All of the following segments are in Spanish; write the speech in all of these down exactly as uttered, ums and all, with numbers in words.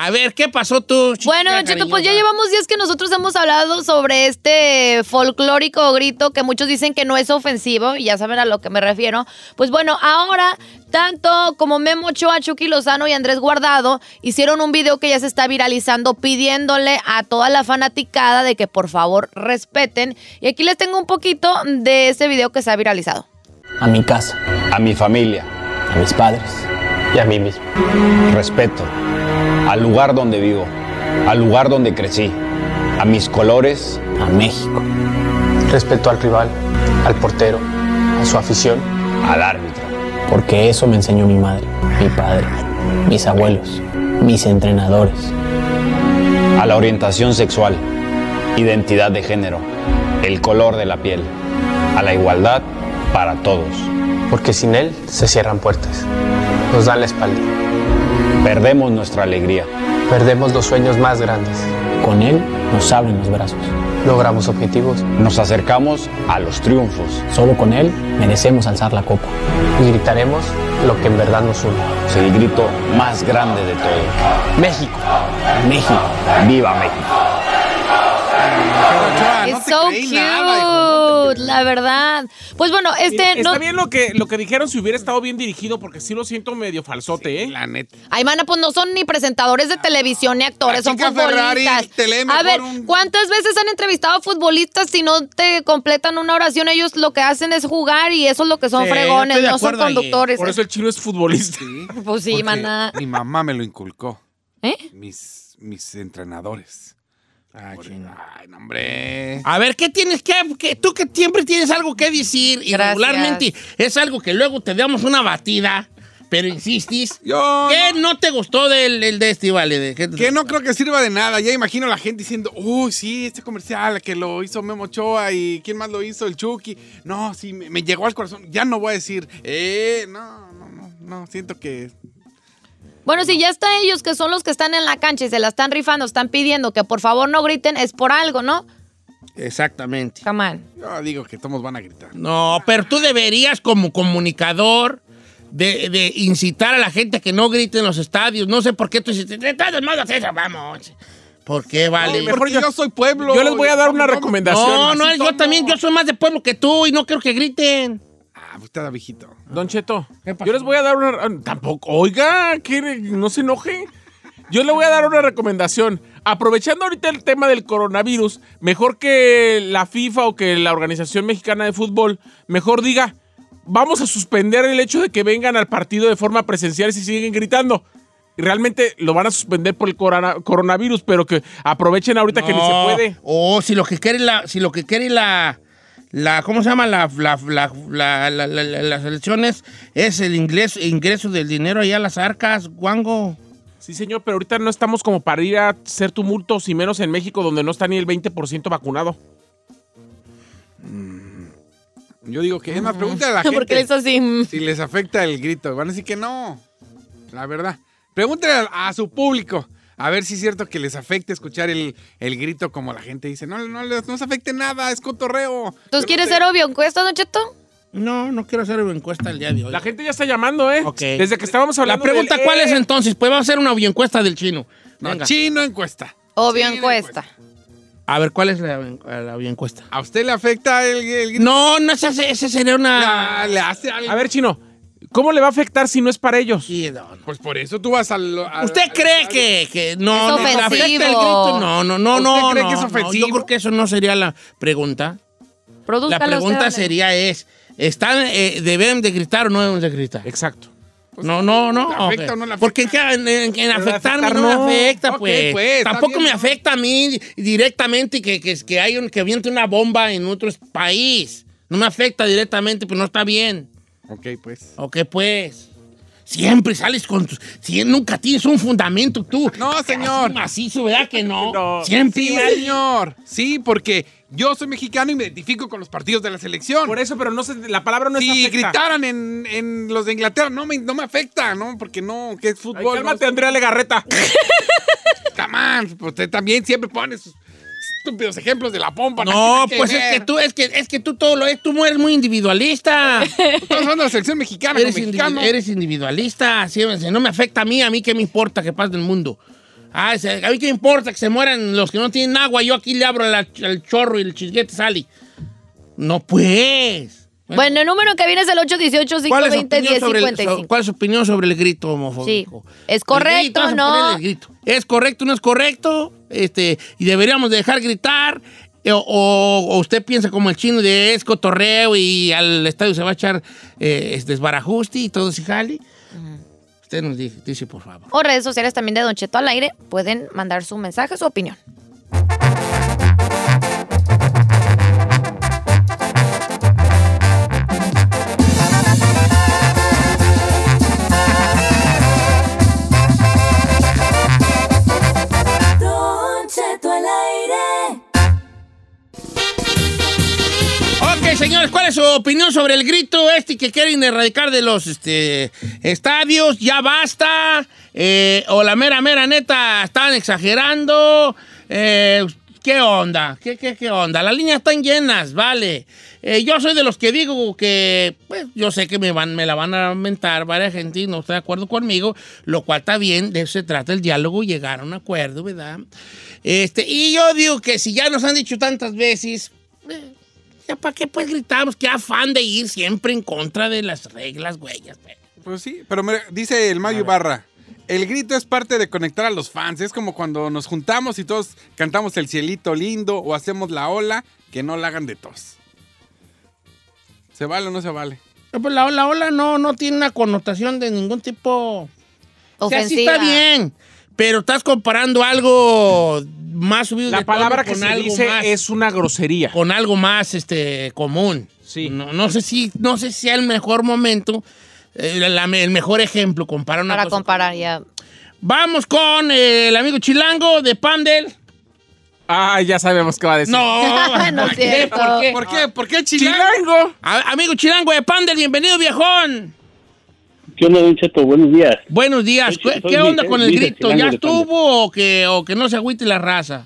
A ver, ¿qué pasó tú? Bueno, Don Cheto, pues ya llevamos días que nosotros hemos hablado sobre este folclórico grito que muchos dicen que no es ofensivo, y ya saben a lo que me refiero. Pues bueno, ahora tanto como Memo Ochoa, Chucky Lozano y Andrés Guardado hicieron un video que ya se está viralizando pidiéndole a toda la fanaticada de que por favor respeten. Y aquí les tengo un poquito de ese video que se ha viralizado. A mi casa, a mi familia, a mis padres y a mí mismo. Respeto al lugar donde vivo, al lugar donde crecí, a mis colores, a México. Respeto al rival, al portero, a su afición, al árbitro. Porque eso me enseñó mi madre, mi padre, mis abuelos, mis entrenadores. A la orientación sexual, identidad de género, el color de la piel, a la igualdad para todos. Porque sin él se cierran puertas, nos dan la espalda. Perdemos nuestra alegría. Perdemos los sueños más grandes. Con él nos abren los brazos. Logramos objetivos. Nos acercamos a los triunfos. Solo con él merecemos alzar la copa. Y gritaremos lo que en verdad nos une. Es el grito más grande de todos. México. México. ¡Viva México! Es no so cute, nada, la verdad. Pues bueno, este... Está no... bien lo que, lo que dijeron si hubiera estado bien dirigido, porque sí lo siento medio falsote, sí, ¿eh? La neta. Ay, mana, pues no son ni presentadores de televisión ni actores, son futbolistas. Ferrari, a ver, un... ¿cuántas veces han entrevistado a futbolistas si no te completan una oración? Ellos lo que hacen es jugar y eso es lo que son sí, fregones, no son conductores. Por eso el chino es futbolista. Sí, pues sí, mana. Mi mamá me lo inculcó. ¿Eh? Mis, mis entrenadores. Ay, Por, ay, no, hombre. A ver, ¿qué tienes que, que tú que siempre tienes algo que decir? Y Gracias. regularmente es algo que luego te damos una batida, pero insistís. Yo ¿Qué no, no te gustó del, del de este, vale? De, ¿qué, que no creo que sirva de nada. Ya imagino a la gente diciendo, uy, sí, este comercial que lo hizo Memo Ochoa y ¿quién más lo hizo? El Chucky. No, sí, me, me llegó al corazón. Ya no voy a decir, eh, no, no, no, no, siento que... Bueno, si ya está ellos que son los que están en la cancha y se la están rifando, están pidiendo que por favor no griten, es por algo, ¿no? Exactamente. Come on. Yo digo que todos van a gritar. No, pero tú deberías como comunicador de, de incitar a la gente a que no grite en los estadios. No sé por qué tú dices, de todos modos eso, vamos. ¿Por qué, vale? No, mejor yo, yo soy pueblo. Yo les voy a dar una recomendación. No, no, yo también, yo soy más de pueblo que tú y no quiero que griten. Ah, pues está viejito. Don Cheto, yo les voy a dar una... Tampoco, oiga, que no se enoje. Yo le voy a dar una recomendación. Aprovechando ahorita el tema del coronavirus, mejor que la FIFA o que la Organización Mexicana de Fútbol, mejor diga, vamos a suspender el hecho de que vengan al partido de forma presencial si siguen gritando. Y realmente lo van a suspender por el corona, coronavirus, pero que aprovechen ahorita no, que ni se puede. O oh, si lo que quiere la... Si lo que quiere la... La, ¿Cómo se llama? La, la, la, la, la, la, la, las elecciones es el ingreso, ingreso del dinero allá a las arcas, guango. Sí, señor, pero ahorita no estamos como para ir a hacer tumultos, y menos en México, donde no está ni el veinte por ciento vacunado. Mm, yo digo que es más, pregúntale a la gente. Porque eso sí. Si les afecta el grito. Van a decir que no. La verdad. Pregúntale a, a su público. A ver si es cierto que les afecte escuchar el, el grito como la gente dice. No, no les no se afecte nada, es cotorreo. ¿Entonces quieres hacer obvio encuesta, Don Cheto? No, no quiero hacer encuesta el día de hoy. La gente ya está llamando, ¿eh? Okay. Desde que estábamos hablando. La pregunta, del... ¿cuál es entonces? Pues vamos a hacer una obvio encuesta del chino. No, chino encuesta. Obvio chino encuesta. encuesta. A ver, ¿cuál es la, la obvio encuesta? ¿A usted le afecta el, el grito? No, no, ese, ese sería una... La, le hace algo. A ver, chino. ¿Cómo le va a afectar si no es para ellos? Sí, no, no. Pues por eso tú vas al... al ¿Usted al, cree al, que, que no, es no afecta el grito? No, no, no, no. ¿Usted cree no, que es no, ofensivo? yo creo que eso no sería la pregunta. Produzcalo la pregunta usted, sería es, ¿están, eh, ¿deben de gritar o no deben de gritar? Exacto. Pues, no, no, no. ¿le afecta okay. o no le afecta? Porque en, en, en afectarme afectar, no no. me afecta, Ok, pues. pues, Tampoco bien, me ¿no? afecta a mí directamente que, que, que, hay un, que aviente una bomba en otro país. No me afecta directamente, pero no está bien. Ok, pues. Ok, pues. Siempre sales con tus... Si nunca tienes un fundamento tú. No, señor. Así macizo, ¿verdad que no? No. Siempre. Sí, señor. Sí, porque yo soy mexicano y me identifico con los partidos de la selección. Por eso, pero no se, la palabra no es si afecta. gritaran en, en los de Inglaterra, no me, no me afecta, ¿no? Porque no, que es fútbol. Ay, cálmate, no, Andrea Legarreta. Tamán, pues usted también siempre pone sus estúpidos ejemplos de la pompa. No, que pues ver. es que tú, es que, es que tú todo lo es, tú eres muy individualista. Estamos hablando de la selección mexicana, eres, como individu- mexicano. eres individualista, sí, no me afecta a mí, a mí qué me importa que pase en el mundo. Ah, a mí qué importa que se mueran los que no tienen agua, yo aquí le abro la, el chorro y el chisguete sale. No, pues. Bueno, bueno el número que viene es el ocho uno ocho, cinco dos cero, uno cero cinco cinco. ¿Cuál es su opinión sobre el grito homofóbico? Sí. ¿Es correcto o no? ¿Es correcto o no es correcto? Este, y deberíamos dejar gritar. O, o, o usted piensa como el chino de es cotorreo y al estadio se va a echar eh, desbarajuste y todo se jale. Uh-huh. Usted nos dice, dice, por favor. O redes sociales también de Don Cheto al aire. Pueden mandar su mensaje, su opinión. Señores, ¿cuál es su opinión sobre el grito este que quieren erradicar de los este, estadios? ¿Ya basta? Eh, ¿O la mera, mera neta están exagerando? Eh, ¿Qué onda? ¿Qué, qué, ¿Qué onda? Las líneas están llenas, vale. Eh, yo soy de los que digo que, pues, yo sé que me, van, me la van a mentar varias gente y no está de acuerdo conmigo, lo cual está bien, de eso se trata el diálogo, llegar a un acuerdo, ¿verdad? Este, y yo digo que si ya nos han dicho tantas veces... Eh, ¿para qué pues gritamos? Qué afán de ir siempre en contra de las reglas, güeyas. Pues sí, pero me, dice el Mario Barra, el grito es parte de conectar a los fans. Es como cuando nos juntamos y todos cantamos el cielito lindo o hacemos la ola, que no la hagan de tos. ¿Se vale o no se vale? Pero pues la ola, ola no, no tiene una connotación de ningún tipo... ofensiva. O sea, sí está bien, pero estás comparando algo... más subido la de palabra tono que con se algo dice más, es una grosería con algo más este común. Sí. No, no sé si no sé si sea el mejor momento, eh, la, el mejor ejemplo comparar una para cosa comparar con... ya. Vamos con eh, el amigo Chilango de Pandel. Ah, ya sabemos qué va a decir. No, no es cierto. ¿Por qué? ¿Por qué? ¿Por qué Chilango? Chilango. A, amigo Chilango de Pandel, bienvenido, viejón. ¿Qué onda, Don Cheto? Buenos días. Buenos días. Soy, ¿Qué, soy ¿qué onda Miguel, con el Miguel grito? Chilango ¿Ya de estuvo o que, o que no se agüite la raza?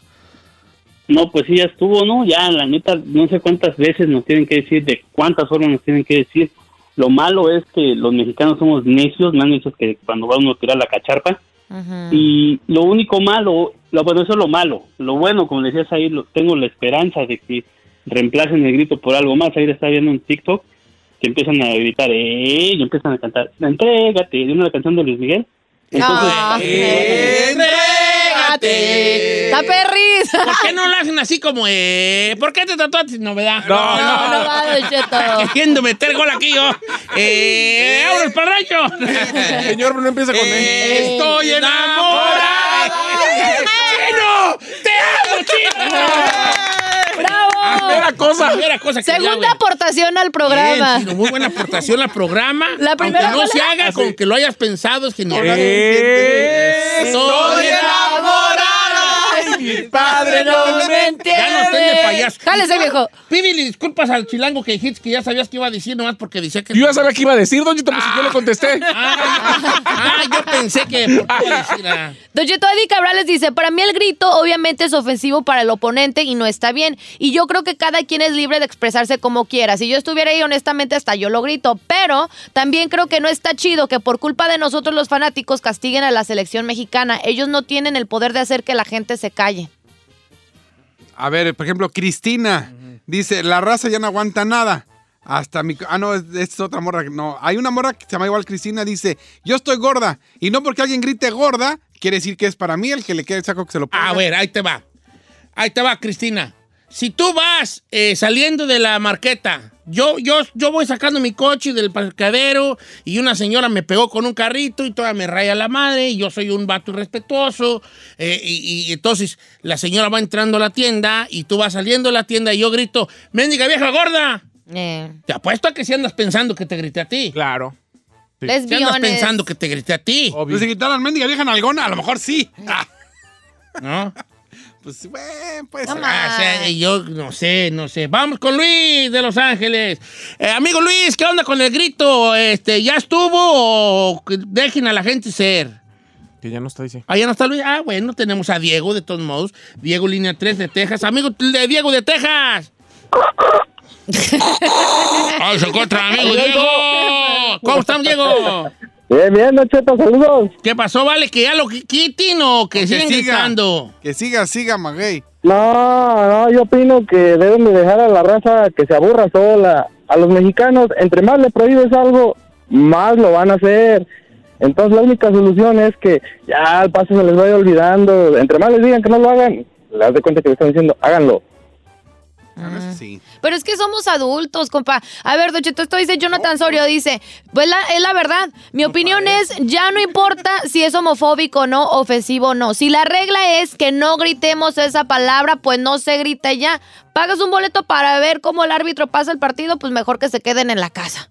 No, pues sí, ya estuvo, ¿no? Ya, la neta, no sé cuántas veces nos tienen que decir, de cuántas formas nos tienen que decir. Lo malo es que los mexicanos somos necios, me han dicho que cuando va uno a tirar la cacharpa. Uh-huh. Y lo único malo, lo, bueno, eso es lo malo. Lo bueno, como decías ahí, lo, tengo la esperanza de que reemplacen el grito por algo más. Ahí está viendo un TikTok que empiezan a gritar, ¡eh! Y empiezan a cantar, ¡entrégate! De una canción de Luis Miguel. Entonces, ah, eh, ¡entrégate! ¡Está perris! ¿Por qué no lo hacen así como, eh? ¿Por qué te tatuaste? Novedad. No, no, no, no va, Don Cheto. Queriendo meter gol aquí yo. ¡Eh! ¡Ahora el padraño! Señor, no empieza con eh, ¡Estoy enamorada! ¡Chino! ¡Te amo, Chino! ¡Bravo! Primera cosa. Primera cosa que Segunda ya, aportación al programa. Bien, Chino, muy buena aportación al programa. La primera Aunque no se haga así. con que lo hayas pensado, es genial. Eh, ¡Estoy enamorada! Mi padre no me entiende. Ya no estén de payaso. Jálese, viejo. Pídele disculpas al Chilango que dijiste que ya sabías que iba a decir, nomás porque decía que... Yo ya sabía qué iba a decir, Don Cheto, pues si yo le contesté. Ah, ah, yo pensé que... ¿por qué iba a decir, ah? Don Cheto, Eddie Cabrales dice, para mí el grito obviamente es ofensivo para el oponente y no está bien. Y yo creo que cada quien es libre de expresarse como quiera. Si yo estuviera ahí, honestamente, hasta yo lo grito. Pero también creo que no está chido que por culpa de nosotros los fanáticos castiguen a la selección mexicana. Ellos no tienen el poder de hacer que la gente se calle. A ver, por ejemplo, Cristina uh-huh. dice, la raza ya no aguanta nada. Hasta mi... Ah, no, esta es otra morra. No, hay una morra que se llama igual Cristina, dice, yo estoy gorda. Y no porque alguien grite gorda, quiere decir que es para mí el que le quede el saco que se lo ponga. A ver, ahí te va. Ahí te va, Cristina. Si tú vas eh, saliendo de la marqueta, yo, yo, yo voy sacando mi coche del parqueadero y una señora me pegó con un carrito y toda me raya la madre y yo soy un vato irrespetuoso eh, y, y entonces la señora va entrando a la tienda y tú vas saliendo de la tienda y yo grito, ¡mendiga vieja gorda! Eh. Te apuesto a que si andas pensando que te grité a ti. Claro. Sí. Si andas pensando que te grité a ti. Obvio. Si gritaran mendiga vieja nalgona, a lo mejor sí. Ah. ¿No? Pues, bueno, pues. No ah, o sea, yo no sé, no sé. Vamos con Luis de Los Ángeles. Eh, amigo Luis, ¿qué onda con el grito? Este, ¿ya estuvo o dejen a la gente ser? Que ya no está, dice. Ah, ya no está Luis. Ah, bueno, tenemos a Diego, de todos modos. Diego, línea tres de Texas. Amigo de Diego de Texas. ¡Ay, se encuentra, amigo Diego! ¿Cómo estamos, Diego? Bien, bien, Don Cheto, saludos. ¿Qué pasó, vale? ¿Que ya lo quiten o que, Que siguen siga. gritando? Que siga, siga, maguey. No, no, yo opino que deben de dejar a la raza que se aburra sola. A los mexicanos, entre más le prohíbes algo, más lo van a hacer. Entonces la única solución es que ya al paso se les vaya olvidando. Entre más les digan que no lo hagan, les das de cuenta que le están diciendo, háganlo. Ah, sí. Pero es que somos adultos, compa. A ver, Don Cheto, esto dice Jonathan Sorio, dice, pues la, es la verdad. Mi opinión es, ya no importa si es homofóbico o no, ofensivo o no. Si la regla es que no gritemos esa palabra, pues no se grita ya. Pagas un boleto para ver cómo el árbitro pasa el partido, pues mejor que se queden en la casa.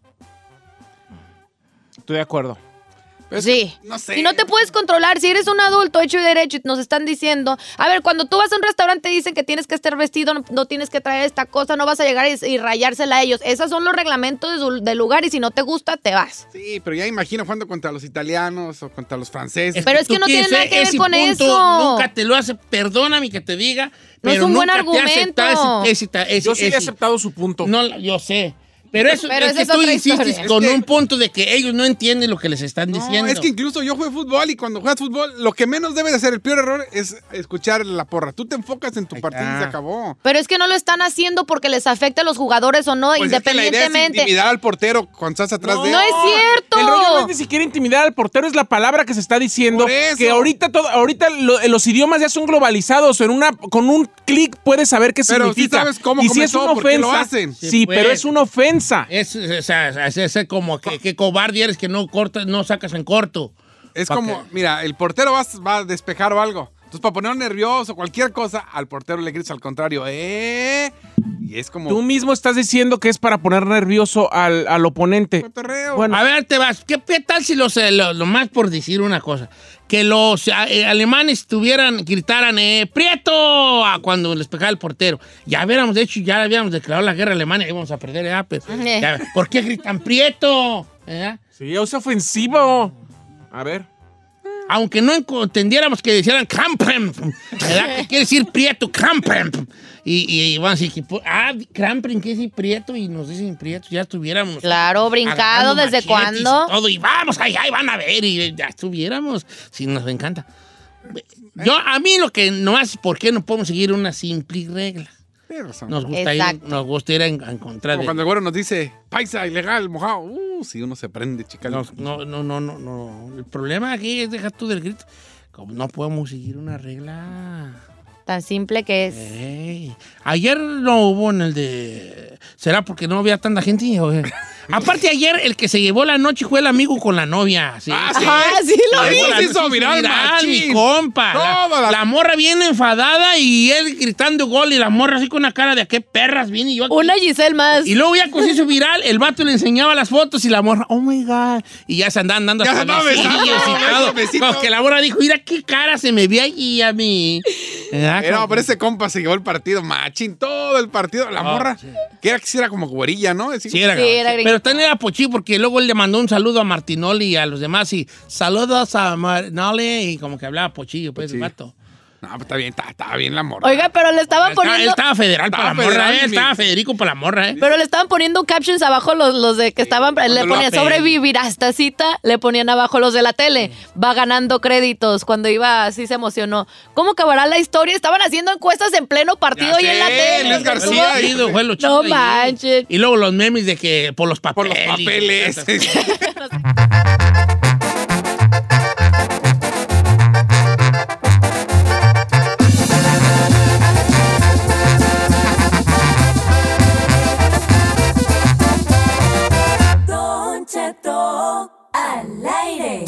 Estoy de acuerdo. Pero Sí. no sé. Si no te puedes controlar, si eres un adulto hecho y derecho y nos están diciendo, a ver, cuando tú vas a un restaurante dicen que tienes que estar vestido, no, no tienes que traer esta cosa, no vas a llegar y, y rayársela a ellos. Esos son los reglamentos de su- del lugar y si no te gusta, te vas. Sí, pero ya imagino jugando contra los italianos o contra los franceses. Pero es que tú no tiene tienes nada que ver ese con punto, eso. Nunca te lo hace, perdóname que te diga, No es pero un buen nunca te ha argumento. aceptado ese- ese- ese- Yo sí he ese- aceptado su punto. No, yo sé. Pero eso Pero es esa que es tú otra insistes historia. con Es que- un punto de que ellos no entienden lo que les están No, diciendo. es que incluso yo jugué fútbol y cuando juegas fútbol, lo que menos debes de hacer, el peor error, es escuchar la porra. Tú te enfocas en tu Ahí partido está. y se acabó. Pero es que no lo están haciendo porque les afecta a los jugadores o no, Pues es que la idea es independientemente. intimidar al portero cuando estás atrás de él. No es cierto. El rollo no es ni siquiera intimidar al portero, es la palabra que se está diciendo. Por eso. Que ahorita todo, ahorita lo- los idiomas ya son globalizados. En una, con un clic puedes saber qué Pero sí significa. sabes cómo y si es comenzó, una por qué lo ofensa. hacen. Sí, Sí, pero pues. es una ofensa. Es, o sea, es, es como que, que cobarde eres que no cortas, no sacas en corto. Es Pa' como, que- mira, el portero va, va a despejar o algo. Entonces, para poner nervioso, cualquier cosa, al portero le gritas al contrario, ¡eh! Y es como... Tú mismo estás diciendo que es para poner nervioso al, al oponente. cotorreo. Bueno, A ver, te vas. ¿Qué, qué tal si los, eh, lo, lo más por decir una cosa? Que los eh, alemanes tuvieran, gritaran, eh, ¡Prieto! a cuando les pegaba el portero. Ya hubiéramos, de hecho, ya habíamos declarado la guerra a Alemania, íbamos a perder, ¿eh? Pues, Eh. ya, ¿por qué gritan Prieto? ¿Eh? sí, es ofensivo. A ver. Aunque no enco- entendiéramos que decían Krampen, ¿verdad? ¿Qué quiere decir Prieto? Krampen. Y, y van a decir, que, ah, Krampen, ¿qué es decir Prieto? Y nos dicen Prieto, ya estuviéramos. Claro, brincado, agarrando ¿desde machetes y cuándo? todo, y vamos, ahí, ahí van a ver, y ya estuviéramos. Sí, nos encanta. Yo, a mí lo que no es, ¿por qué no podemos seguir una simple regla? Tienes razón. Nos gusta ir, Exacto. nos gusta ir en, en contra Como de... cuando el güero nos dice, paisa, ilegal, mojado. Uh, si uno se prende, chica. No, no, no, no, no, no. El problema aquí es dejar tú del grito. Como no podemos seguir una regla. Tan simple que es. Ey, ayer no hubo en el de... ¿Será porque no había tanta gente? O- Aparte ayer el que se llevó la noche fue el amigo con la novia. ¿sí? Ah, sí. Ah, sí lo Sí, vi. se hizo viral, machín. mi compa. La, Toda la- la morra bien enfadada y él gritando gol y la morra así con una cara de a qué perras viene y yo aquí. Una Giselle más. Y luego ya cuando se hizo viral, el vato le enseñaba las fotos y la morra, oh my God. Y ya se andaban dando Ya hasta se andaba besillos besando, y todo. beso, besito. Como que la morra dijo, mira qué cara se me ve allí a mí. ¿Verdad? Eh, no, Como- pero ese compa se llevó el partido, machín, todo el partido. La morra, que era que sí era como güerilla, ¿no? Así- Sí, era, Sí, era gringo. pero también era pochí porque luego él le mandó un saludo a Martinoli y a los demás y saludos a Martinoli y como que hablaba pochillo, pues, el Pochillo. vato. No, pues está bien, está, está bien la morra. Oiga, pero le estaban Estaba- él poniendo... estaba federal Estaba para la morra, federal, ¿eh? mi- Estaba Federico para la morra, ¿eh? Pero le estaban poniendo captions abajo los, los de que estaban, le cuando lo ponían apel- sobrevivir a esta cita, le ponían abajo los de la tele. Va ganando créditos. Cuando iba así se emocionó. ¿Cómo acabará la historia? Estaban haciendo encuestas en pleno partido Ya y en la sé, tele. Luis Estuvo- García. Fue lo chido, fue lo No chido ahí. manches. Y luego los memes de que por los Por papeles. los papeles. Don Cheto al aire.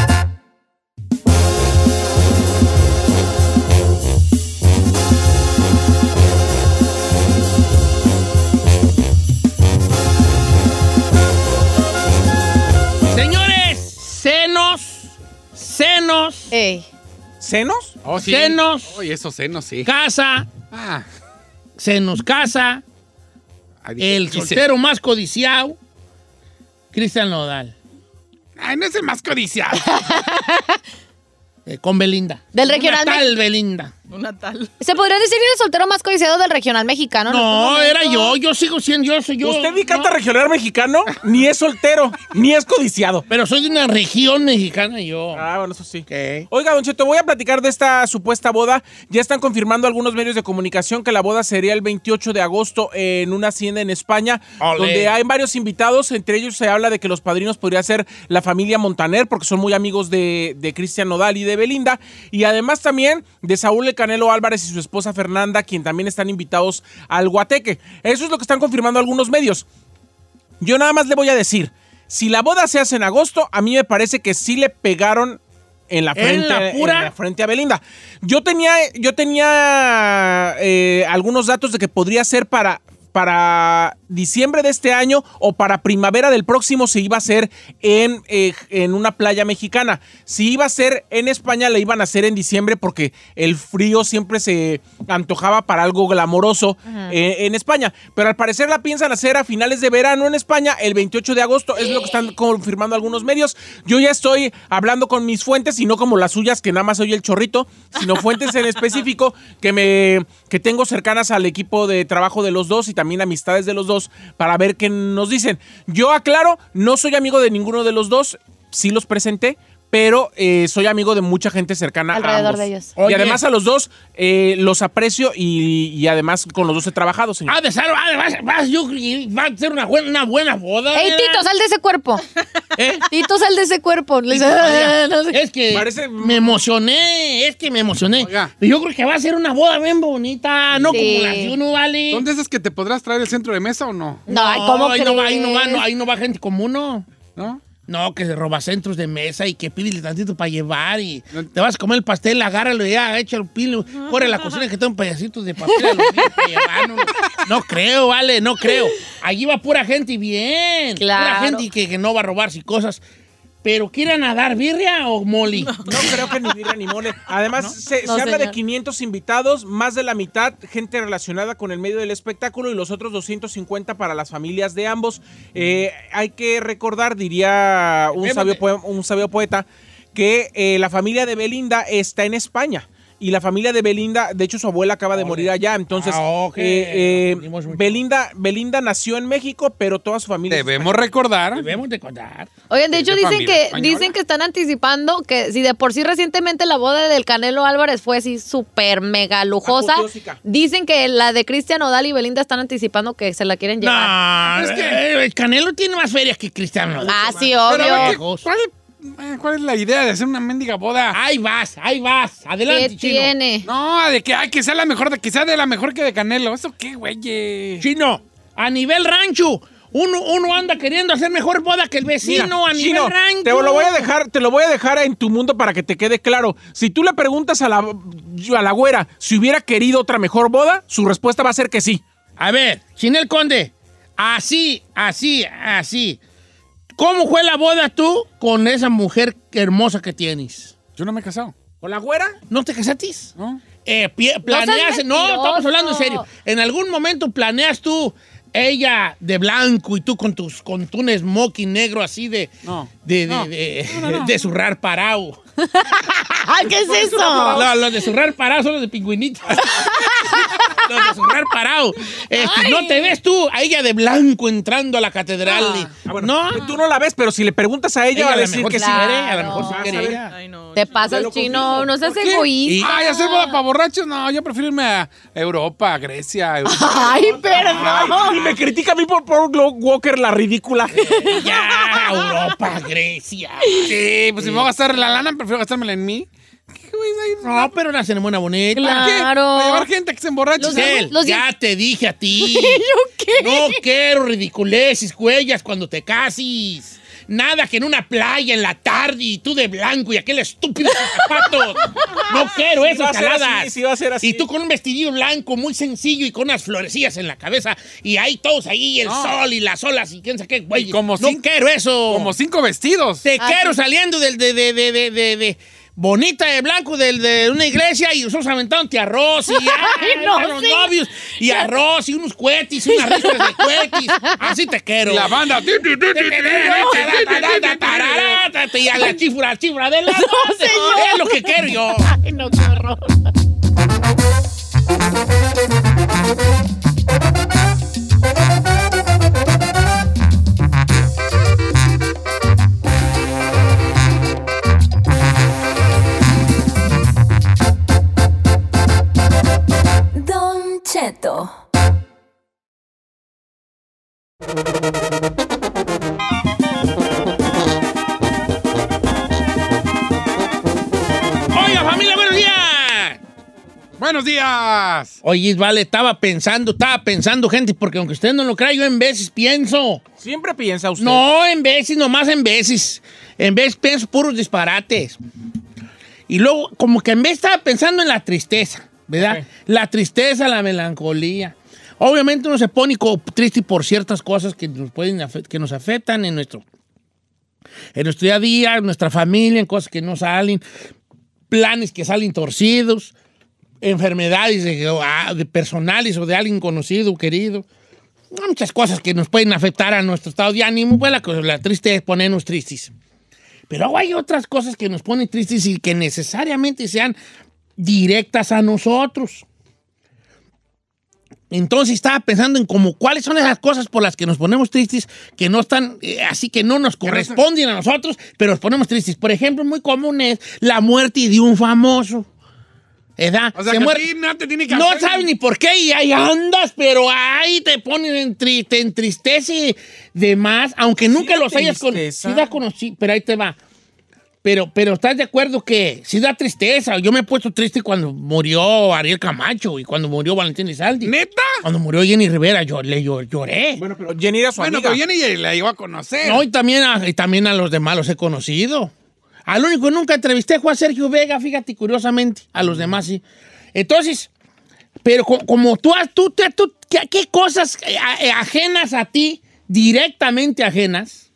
Señores, senos, senos, Ey. ¿Senos? Oh, sí. Senos. Oye, esos senos, sí. casa, Ah, senos, casa, ahí dije, el quise. soltero más codiciado, Cristian Nodal, Ay, no es el más codiciado. eh, con Belinda. Del Una regional tal Belinda. Un Natal. ¿Se podría decir el soltero más codiciado del regional mexicano? en No, estos era momentos? yo, yo sigo siendo, yo soy yo. Usted ni canta no. regional mexicano, ni es soltero, ni es codiciado. Pero soy de una región mexicana yo. Ah, bueno, eso sí. ¿Qué? Oiga, Don Cheto, voy a platicar de esta supuesta boda. Ya están confirmando algunos medios de comunicación que la boda sería el veintiocho de agosto en una hacienda en España, Olé. donde hay varios invitados. Entre ellos se habla de que los padrinos podría ser la familia Montaner, porque son muy amigos de, de Cristian Nodal y de Belinda. Y además también de Saúl El Canelo Álvarez y su esposa Fernanda, quien también están invitados al Guateque. Eso es lo que están confirmando algunos medios. Yo nada más le voy a decir, si la boda se hace en agosto, a mí me parece que sí le pegaron en la frente, ¿En la pura? en la frente a Belinda. Yo tenía, yo tenía eh, algunos datos de que podría ser para, para diciembre de este año o para primavera del próximo se iba a hacer en, eh, en una playa mexicana. Si iba a ser en España, la iban a hacer en diciembre porque el frío siempre se antojaba para algo glamoroso eh, en España. Pero al parecer la piensan hacer a finales de verano en España, el veintiocho de agosto, es lo que están confirmando algunos medios. Yo ya estoy hablando con mis fuentes, y no como las suyas, que nada más oye el chorrito, sino fuentes en específico que, me, que tengo cercanas al equipo de trabajo de los dos y también amistades de los dos, para ver qué nos dicen. Yo aclaro, no soy amigo de ninguno de los dos, sí los presenté, pero eh, soy amigo de mucha gente cercana a Alrededor ambos. de ellos. Y Oye. además a los dos eh, los aprecio y, y además con los dos he trabajado, señor. Ah, de ser, además, vas, yo, va a ser una buena, una buena boda. ¡Ey, ¿verdad? Tito, sal de ese cuerpo! ¿Eh? Tito, sal de ese cuerpo. Le dice, Oiga, no sé. Es que Parece- me emocioné, es que me emocioné. Oiga. Yo creo que va a ser una boda bien bonita, no Sí. como la de uno, ¿vale? ¿Son de esas que te podrás traer el centro de mesa o no? No, ay, ¿cómo ahí no, va, ahí, crees? no va, no, ahí no va gente como uno. ¿No? No, que se roba centros de mesa y que pídele tantito para llevar y te vas a comer el pastel, agárralo y ya, échalo, pilo, corre a la cocina que tengo pedacitos de pastel a los niños para llevar. No, no creo, vale, no creo. Allí va pura gente bien. Claro. Pura gente que, que no va a robarse cosas. ¿Pero quieren a dar birria o moli? No creo que ni birria ni mole. Además, se, No, se habla de señor. quinientos invitados, más de la mitad gente relacionada con el medio del espectáculo y los otros doscientos cincuenta para las familias de ambos. Eh, hay que recordar, diría un sabio, poe- un sabio poeta, que eh, la familia de Belinda está en España. Y la familia de Belinda, de hecho su abuela acaba de morir allá, entonces Ah, ok. eh, eh, Aprendimos mucho. Belinda, Belinda nació en México, pero toda su familia... es Debemos recordar. Debemos de contar. Oigan, de hecho de dicen familia que española. dicen que están anticipando que si de por sí recientemente la boda del Canelo Álvarez fue así súper mega lujosa, Apoteósica. dicen que la de Cristian Nodal y Belinda están anticipando que se la quieren llevar. No, es que el Canelo tiene más ferias que Cristiano. Ah, sí, Pero a ver, ¿qué- obvio. ¿cuál, eh, ¿Cuál es la idea de hacer una mendiga boda? Ahí vas, ahí vas. Adelante, ¿Qué Chino. tiene? No, de que, ay, que sea la mejor, de que sea de la mejor que de Canelo. ¿Eso qué, güey? Chino, a nivel rancho, uno, uno anda queriendo hacer mejor boda que el vecino Mira, a nivel Chino, rancho. te lo voy a dejar, te lo voy a dejar en tu mundo para que te quede claro. Si tú le preguntas a la, a la güera si hubiera querido otra mejor boda, su respuesta va a ser que sí. A ver, Chinel Conde, así, así, así. ¿Cómo fue la boda tú con esa mujer hermosa que tienes? Yo no me he casado. ¿Con la güera? ¿No te casaste? ¿No? Eh, pie- planeas, seas no, mentiroso. estamos hablando en serio. En algún momento planeas tú, ella de blanco y tú con tus con tu smoking negro así de No. de, de, No. de, de zurrar parado. ¿Qué es eso? No, los de zurrar parado son los de pingüinito. Los de zurrar parado. Este, no te ves tú a ella de blanco entrando a la catedral. y- Ah, bueno, no, tú no la ves, pero si le preguntas a ella, ella va a a lo decir mejor que sí sí. quiere, a lo Claro. mejor sí quiere Vas a ver. ella. Ay, no. Te pasas, lo Chino, confirmo. no seas ¿Por qué? egoísta. Ay, hacer boda para borrachos. No, yo prefiero irme a Europa, a Grecia. a Europa. Ay, perdón. Ay, y me critica a mí por Paul Walker, la ridícula. Ya, Europa, Grecia. Sí, pues si me voy a gastar la lana, prefiero gastármela en mí. ¿Qué güey es ahí? No, pero una ceremonia bonita. ¿Para qué? Claro. Para llevar gente que se emborrache. Los- Giselle, los- ya te dije a ti. ¿Yo qué? No quiero ridiculeces, huellas cuando te cases. Nada que en una playa en la tarde y tú de blanco y aquel estúpido con zapatos. No quiero Sí, va esas a ser caladas. así, sí va a ser así. Y tú con un vestidillo blanco muy sencillo y con unas florecillas en la cabeza y ahí todos ahí, el No. sol y las olas y quién sabe qué, güey. Y como no cin- quiero eso. Como cinco vestidos. Te Ah, quiero sí. saliendo del de, de, de, de, de, de bonita de blanco del, de una iglesia y nosotros aventándote arroz y ay, no, los sí. novios y arroz y unos cohetes y unas risas de cohetes. Así te quiero. Y la banda. ti, ti, ti, ti, ti, ti, ti, Y a la chifra, chifra de la señor. Es lo que quiero yo. Ay, no, qué horror. Don Cheto. Oiga, familia, buenos días. ¡Buenos días! Oye, vale, estaba pensando, estaba pensando, gente, porque aunque usted no lo crea, yo en veces pienso. Siempre piensa usted. No, en veces, nomás en veces. En veces pienso puros disparates. Y luego, como que en vez estaba pensando en la tristeza, ¿verdad? Ok. La tristeza, la melancolía. Obviamente uno se pone co- triste por ciertas cosas que nos pueden afe- que nos afectan en nuestro, en nuestro día a día, en nuestra familia, en cosas que no salen, planes que salen torcidos, enfermedades de, ah, de personales o de alguien conocido, querido. Muchas cosas que nos pueden afectar a nuestro estado de ánimo. Pues la, la triste es ponernos tristes. Pero hay otras cosas que nos ponen tristes y que necesariamente sean directas a nosotros. Entonces estaba pensando en como cuáles son esas cosas por las que nos ponemos tristes que no están, eh, así que no nos corresponden a nosotros, pero nos ponemos tristes. Por ejemplo, muy común es la muerte de un famoso. ¿Verdad? O sea, Se que muere- a ti no te tiene que no hacer- sabes ni por qué y ahí andas, pero ahí te ponen en tri- te entristece de más, aunque nunca da los hayas conocido. tristeza. Sí da conocido, pero ahí te va. Pero, pero ¿estás de acuerdo que sí da tristeza? Yo me he puesto triste cuando murió Ariel Camacho y cuando murió Valentín Elizalde. ¿Neta? Cuando murió Jenny Rivera, yo le yo- lloré. Bueno, pero Jenny era su Bueno, amiga. pero Jenny ya la llegó a conocer. No, y también, a, y también a los demás los he conocido. Al único que nunca entrevisté fue a Sergio Vega, fíjate, curiosamente. A los demás sí. Entonces, pero co- como tú, tú, tú, tú ¿qué, qué cosas eh, a- ajenas a ti, directamente ajenas?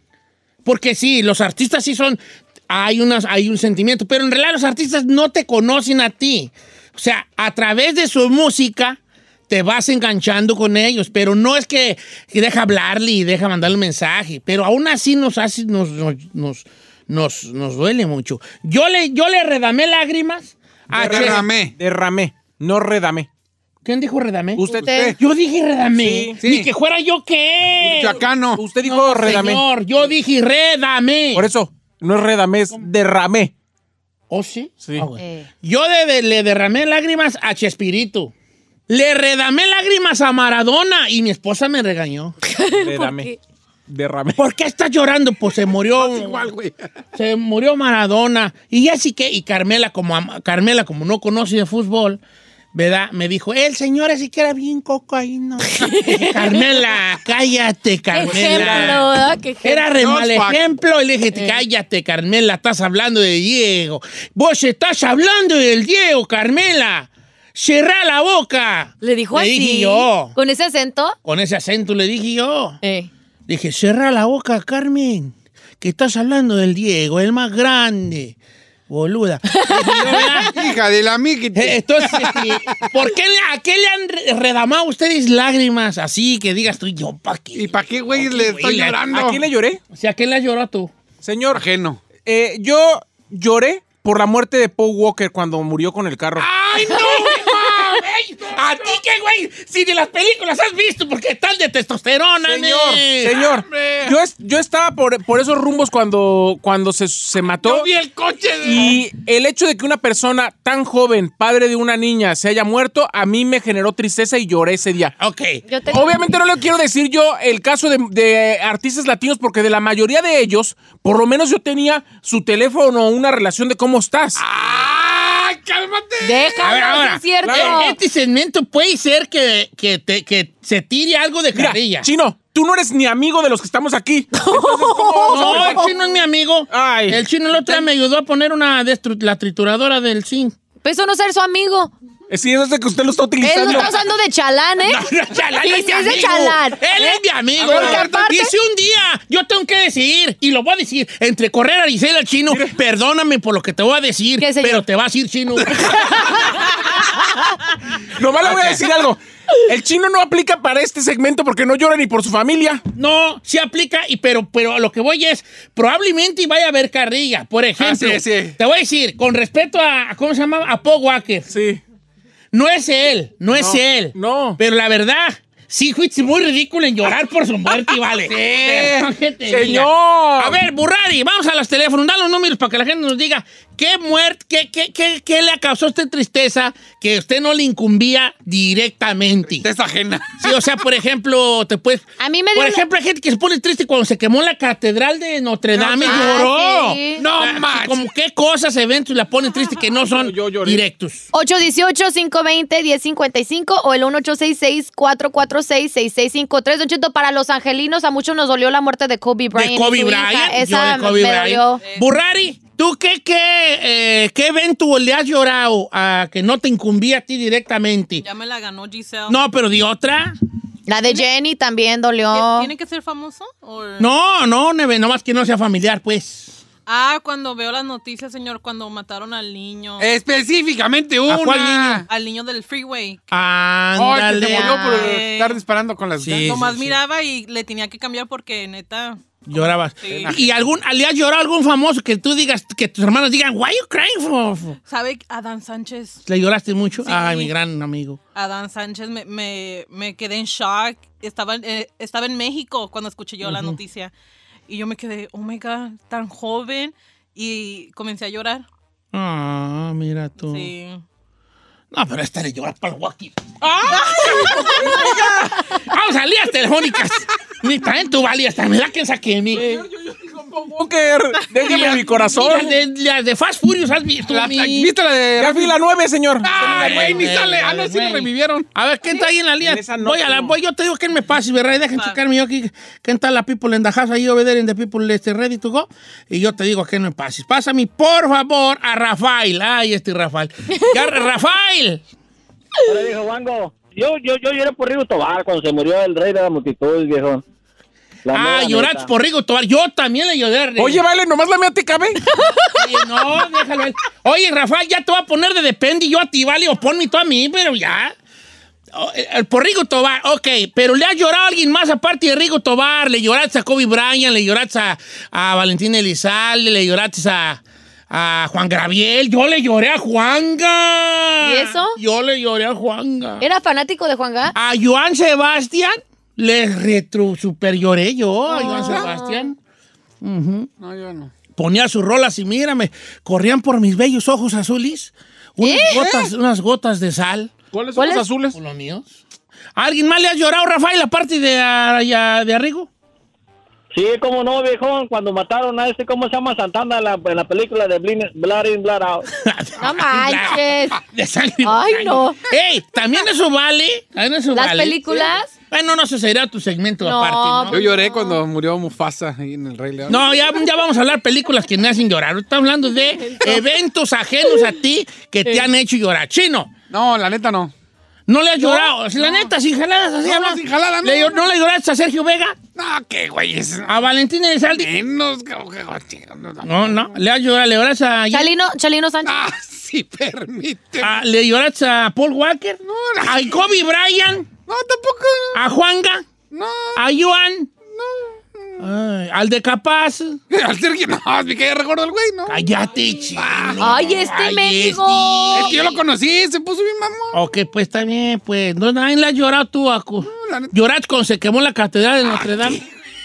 Porque sí, los artistas sí son, hay, unas, hay un sentimiento, pero en realidad los artistas no te conocen a ti. O sea, a través de su música te vas enganchando con ellos, pero no es que, que deja hablarle y deja mandarle un mensaje, pero aún así nos hace, nos, nos, nos, nos, nos duele mucho. Yo le, yo le redamé lágrimas a Che- Derramé. Derramé, no redamé. ¿Quién dijo redamé? Usted. Usted. Yo dije redamé. Sí. Ni Sí. que fuera yo qué. Chacano. Usted dijo No, redamé. señor, yo dije redamé. Por eso, no es redamé, es derramé. ¿Oh, sí? Sí. Ah, bueno. Eh. Yo de- de- le derramé lágrimas a Chespirito. Le redamé lágrimas a Maradona y mi esposa me regañó. Redamé. Derramé. ¿Por qué estás llorando? Pues se murió. Igual, güey. Se murió Maradona. Y así que, y Carmela, como am- Carmela, como no conoce de fútbol, ¿verdad? Me dijo, el señor así que era bien cocaíno. Carmela, cállate, Qué ejemplo, Carmela. ¿verdad? Qué ejemplo. Era re Dios, mal pa- ejemplo. Y le dije, cállate, Carmela, estás hablando de Diego. Vos estás hablando del Diego, Carmela. Cerrá la boca. Le dijo Le así. dije yo. ¿Con ese acento? Con ese acento le dije yo. Eh. Dije, cerrá la boca, Carmen, que estás hablando del Diego, el más grande. Boluda. Dije yo, ¿verdad? Hija de la mí que Eh, te... Entonces, este, ¿por qué, le- ¿a qué le han re- redamado ustedes lágrimas así que digas tú, yo, ¿pa' qué? ¿Y para qué, güey, le güey, estoy le- llorando? ¿A quién le lloré? O sea, ¿a qué le lloró tú? Señor, Ajeno. eh, yo lloré por la muerte de Paul Walker cuando murió con el carro. ¡Ay, no, mames! ¿A ti qué, güey? Si de las películas has visto, porque están de testosterona, Señor, ne. señor, Hombre. yo, es- yo estaba por, por esos rumbos cuando, cuando se, se mató. Yo vi el coche de... Y el hecho de que una persona tan joven, padre de una niña, se haya muerto, a mí me generó tristeza y lloré ese día. Ok. Yo tengo- Obviamente no le quiero decir yo el caso de, de artistas latinos, porque de la mayoría de ellos, por lo menos yo tenía su teléfono o una relación de cómo estás. ¡Ay, cálmate! Déjalo, A ver, ahora, sí es cierto. claro, Eh, Este segmento puede ser que, que, te- que se tire algo de Mira, carrilla. Chino, tú no eres ni amigo de los que estamos aquí. Entonces, ¿cómo vamos a No, el empezar? chino es mi amigo. Ay. El chino el otro día me ayudó a poner una destru- la trituradora del zinc. Pues eso no es ser su amigo. Eh, Sí, eso es de que usted lo está Él utilizando. lo está usando de chalán, ¿eh? Chalán Sí, es sí mi es de amigo. chalán. Él es mi amigo. Porque aparte- Y si un día yo tengo que decir, y lo voy a decir, entre correr a Gisela al chino, perdóname por lo que te voy a decir, ¿Qué, señor? pero te vas a ir chino. Nomás le voy a decir algo. El chino no aplica para este segmento porque no llora ni por su familia. No, sí aplica, y pero, pero a lo que voy es, probablemente vaya a haber carrilla. Por ejemplo, Ah, sí, sí. te voy a decir, con respecto a, ¿cómo se llama? A Paul Walker. Sí. no es él, no es No, él. no. Pero la verdad, sí fuiste muy ridículo en llorar por su muerte, vale. Perdón que te señor. diga. A ver, Burrari, vamos a los teléfonos, da los números para que la gente nos diga qué muerte, qué, qué, qué, qué le causó usted tristeza que usted no le incumbía directamente. Tristeza ajena. Sí, o sea, por ejemplo, te puedes... A mí me dio Por una- ejemplo, hay gente que se pone triste cuando se quemó la catedral de Notre Dame y Ah, lloró. sí. No Ah, más. Como qué cosas, eventos la ponen triste que no son Yo lloré. directos. ocho uno ocho, cinco dos cero, uno cero cinco cinco o el uno ocho seis seis, cuatro cuatro seis, seis seis cinco tres. Don Cheto, para los angelinos, a muchos nos dolió la muerte de Kobe Bryant. De y Kobe su hija. Bryant. Esa yo de Kobe me Bryant. dolió. Burrari, ¿tú qué, qué, eh, qué evento le has llorado a que no te incumbía a ti directamente? Ya me la ganó Giselle. No, pero de otra. La de Jenny también dolió. ¿Tiene que ser famoso? ¿O- No, no, Neve, nomás que no sea familiar, pues. Ah, cuando veo las noticias, señor, cuando mataron al niño. Específicamente una. ¿A cuál niño? Al niño del freeway. Ay, que Ándale. se murió por Ay. estar disparando con las Sí. Nomás sí. miraba y le tenía que cambiar porque, neta... Llorabas. Sí. ¿Y algún, le has llorado a algún famoso que tú digas, que tus hermanos digan, why you crying for? for-" ¿Sabe? Adán Sánchez. ¿Le lloraste mucho? Sí. Ay, mi gran amigo. Adán Sánchez, me, me, me quedé en shock. Estaba, eh, estaba en México cuando escuché yo la noticia. Y yo me quedé, oh my God, tan joven. Y comencé a llorar. Ah, mira tú. Sí. No, pero esta le llora para el guaki. Vamos a lías telefónicas. Ni también tú valías, me da que saque mí. Walker, déjeme mi corazón. Las de, las de Fast Furious has visto, La- mi? ¿Viste la de Ya vi la nueve, señor. Ay, güey, ni Güey, sale. Ah, no, güey, sí lo güey. revivieron. A ver, ¿quién está ahí en la línea? En esa no, voy a la, no. voy, yo te digo que me pase, ¿verdad? Dejen Va. checarme yo aquí. ¿Quién está la people in the house ahí over there in the people este, ready to go? Y yo te digo que me pases. Pásame, por favor, a Rafael. Ay, este Rafael. Ya, Rafael. Hola, viejo Wango. Yo, yo, yo lloré por Rigo Tobar cuando se murió el rey de la multitud, viejo. La Ah, mera lloraste neta. por Rigo Tobar. Yo también le lloré. Oye, vale, nomás la mía te cabe. Oye, no, déjalo. él. Oye, Rafael, ya te voy a poner de depende y yo a ti, vale, o ponme tú a mí, pero ya. Oh, eh, por Rigo Tobar, ok, pero le has llorado a alguien más aparte de Rigo Tobar. Le lloraste a Kobe Bryant, le lloraste a, a Valentín Elizalde, le lloraste a, a Juan Gabriel. Yo le lloré a Juanga. ¿Y eso? Yo le lloré a Juanga. ¿Era fanático de Juan Gá? A Joan Sebastián le retro super lloré yo a Joan Ah. Sebastián. Ujú. No, yo no. Ponía sus rolas y mírame, corrían por mis bellos ojos azules unas, ¿Eh? gotas, unas gotas de sal. ¿Cuáles son ¿Cuál los es? azules? ¿Los míos? ¿A alguien más le has llorado, Rafael, aparte de, a- ya- de Arrigo? Sí, cómo no, viejo, cuando mataron a este, ¿cómo se llama? Santana en la, en la película de Blin- Blood In, Blood Out. No manches. De sangre en Ay, sangre. no. ¡Ey! También eso vale. También eso ¿Las vale. películas? Bueno, no, eso sería tu segmento No, aparte, ¿no? Yo lloré cuando murió Mufasa ahí en el Rey León. No, ya, ya vamos a hablar películas que me hacen llorar. Estamos hablando de eventos ajenos a ti que te han hecho llorar. Chino, No, la neta no. ¿no le has llorado? La neta, sin jaladas, así No, hablas. sin jalada, no. ¿Le llor- ¿No le lloraste a Sergio Vega? No, qué güey es. ¿A Valentín Elizalde? Menos. que- que- no, no. No, no. ¿Le has llorado? ¿Le lloraste a... Chalino, Chalino Sánchez. Ah, sí, permíteme. a- ¿Le lloraste a Paul Walker? no. ¿A Kobe Bryant? No, tampoco. ¿A Juanga? No. ¿A Joan? Ay, ¿al de Capaz? Al Sergio, no, me caía recuerdo el güey, ¿no? Cállate, chino. Ay, este Ay, mendigo. Es que yo lo conocí, se puso bien mamón. Ok, pues está bien, pues. No, nadie le has llorado tú, Acu. la neta. ¿Lloraste cuando se quemó la catedral de Notre Dame?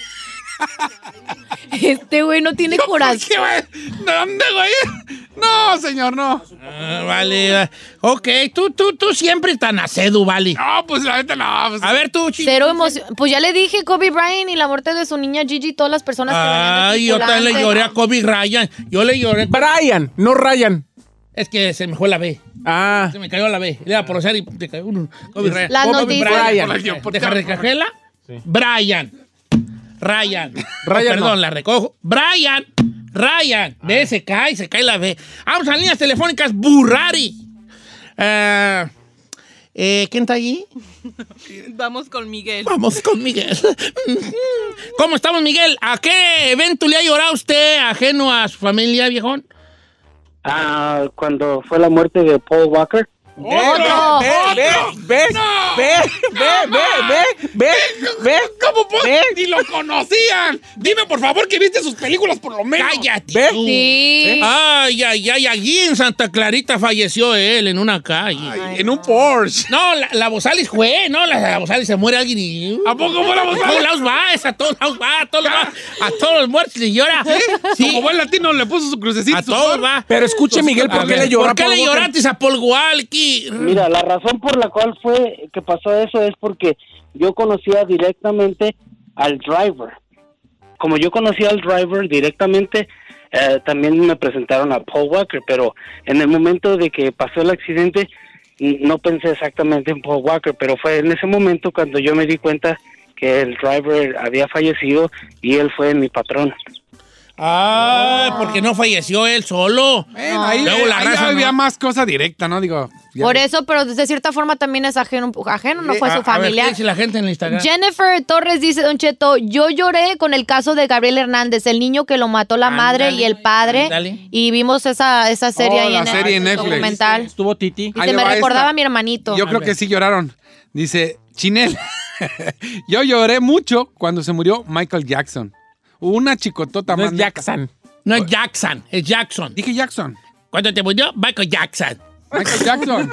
Este güey no tiene corazón. ¿Qué, güey? ¿De dónde, güey? No, señor, no. Ah, vale, va. Ok, tú, tú, tú siempre tan acedo, vale. No, pues la neta no. Pues, A ver tú, chico. Cero emoción. Pues ya le dije Kobe Bryant y la muerte de su niña Gigi y todas las personas que venían de Ay, yo también le tripulante. lloré a Kobe Bryant. Yo le lloré. Brian, no Ryan. Es que se me fue la B. Ah. Se me cayó la B. Le iba a pronunciar y te cayó uno. Kobe Bryant. Las Kobe noticias. Bryant. Brian. ¿Deja recogerla? Brian. Ryan. Ryan Oh, perdón, no. la recojo. Brian. Ryan. Ve, se cae, se cae la B. Vamos a líneas telefónicas. Burrari. Eh, eh, ¿Quién está allí? Vamos con Miguel. Vamos con Miguel. ¿Cómo estamos, Miguel? ¿A qué evento le ha llorado usted ajeno a su familia, viejón? Ah, cuando fue la muerte de Paul Walker. Ve, ve, ve, ve, ve, ve, ve, ve, ve, ve. ¿Cómo pues? Ni lo conocían. Dime, por favor, que viste sus películas por lo menos. Cállate. ¿Ve? tú. Sí. Ay, ay, ay, allí en Santa Clarita falleció él en una calle. Ay, en un Porsche. No, la, la Bosalis fue, no, la, la Bosalis se muere alguien y... ¿A poco fue la A todos Bosalis? lados va, es a todos lados va, a todos lados va, a todos los muertos le llora. Sí, Como buen latino le puso su crucecito. a su todos flor. va. Pero escuche, Miguel, ¿por A qué ver, le llora ¿Por qué Paul le Walker? lloraste a Paul Walker? Mira, la razón por la cual fue que pasó eso es porque yo conocía directamente al driver. Como yo conocía al driver directamente, eh, también me presentaron a Paul Walker, pero en el momento de que pasó el accidente, n- no pensé exactamente en Paul Walker, pero fue en ese momento cuando yo me di cuenta que el driver había fallecido y él fue mi patrón. Ah, porque no falleció él solo. Bueno, ahí, Luego la ahí raza, había ¿no? más cosa directa, ¿no? Digo. ya- Por eso, pero de cierta forma también es ajeno, ajeno no fue A- su a ver, familia. ¿qué dice la gente en el Instagram? Jennifer Torres dice, Don Cheto, yo lloré con el caso de Gabriel Hernández, el niño que lo mató la madre Ándale, y el padre. ándale. Y vimos esa, esa serie Oh, ahí la en serie el en Netflix. documental. Estuvo Titi. Y Ahí se le me va recordaba esta. a mi hermanito. Yo creo ver. que sí lloraron. Dice, Chinel, yo lloré mucho cuando se murió Michael Jackson. Una chicotota No más. es Jackson. No es Jackson, es Jackson. Dije Jackson. Cuando te murió, Michael Jackson. Michael Jackson.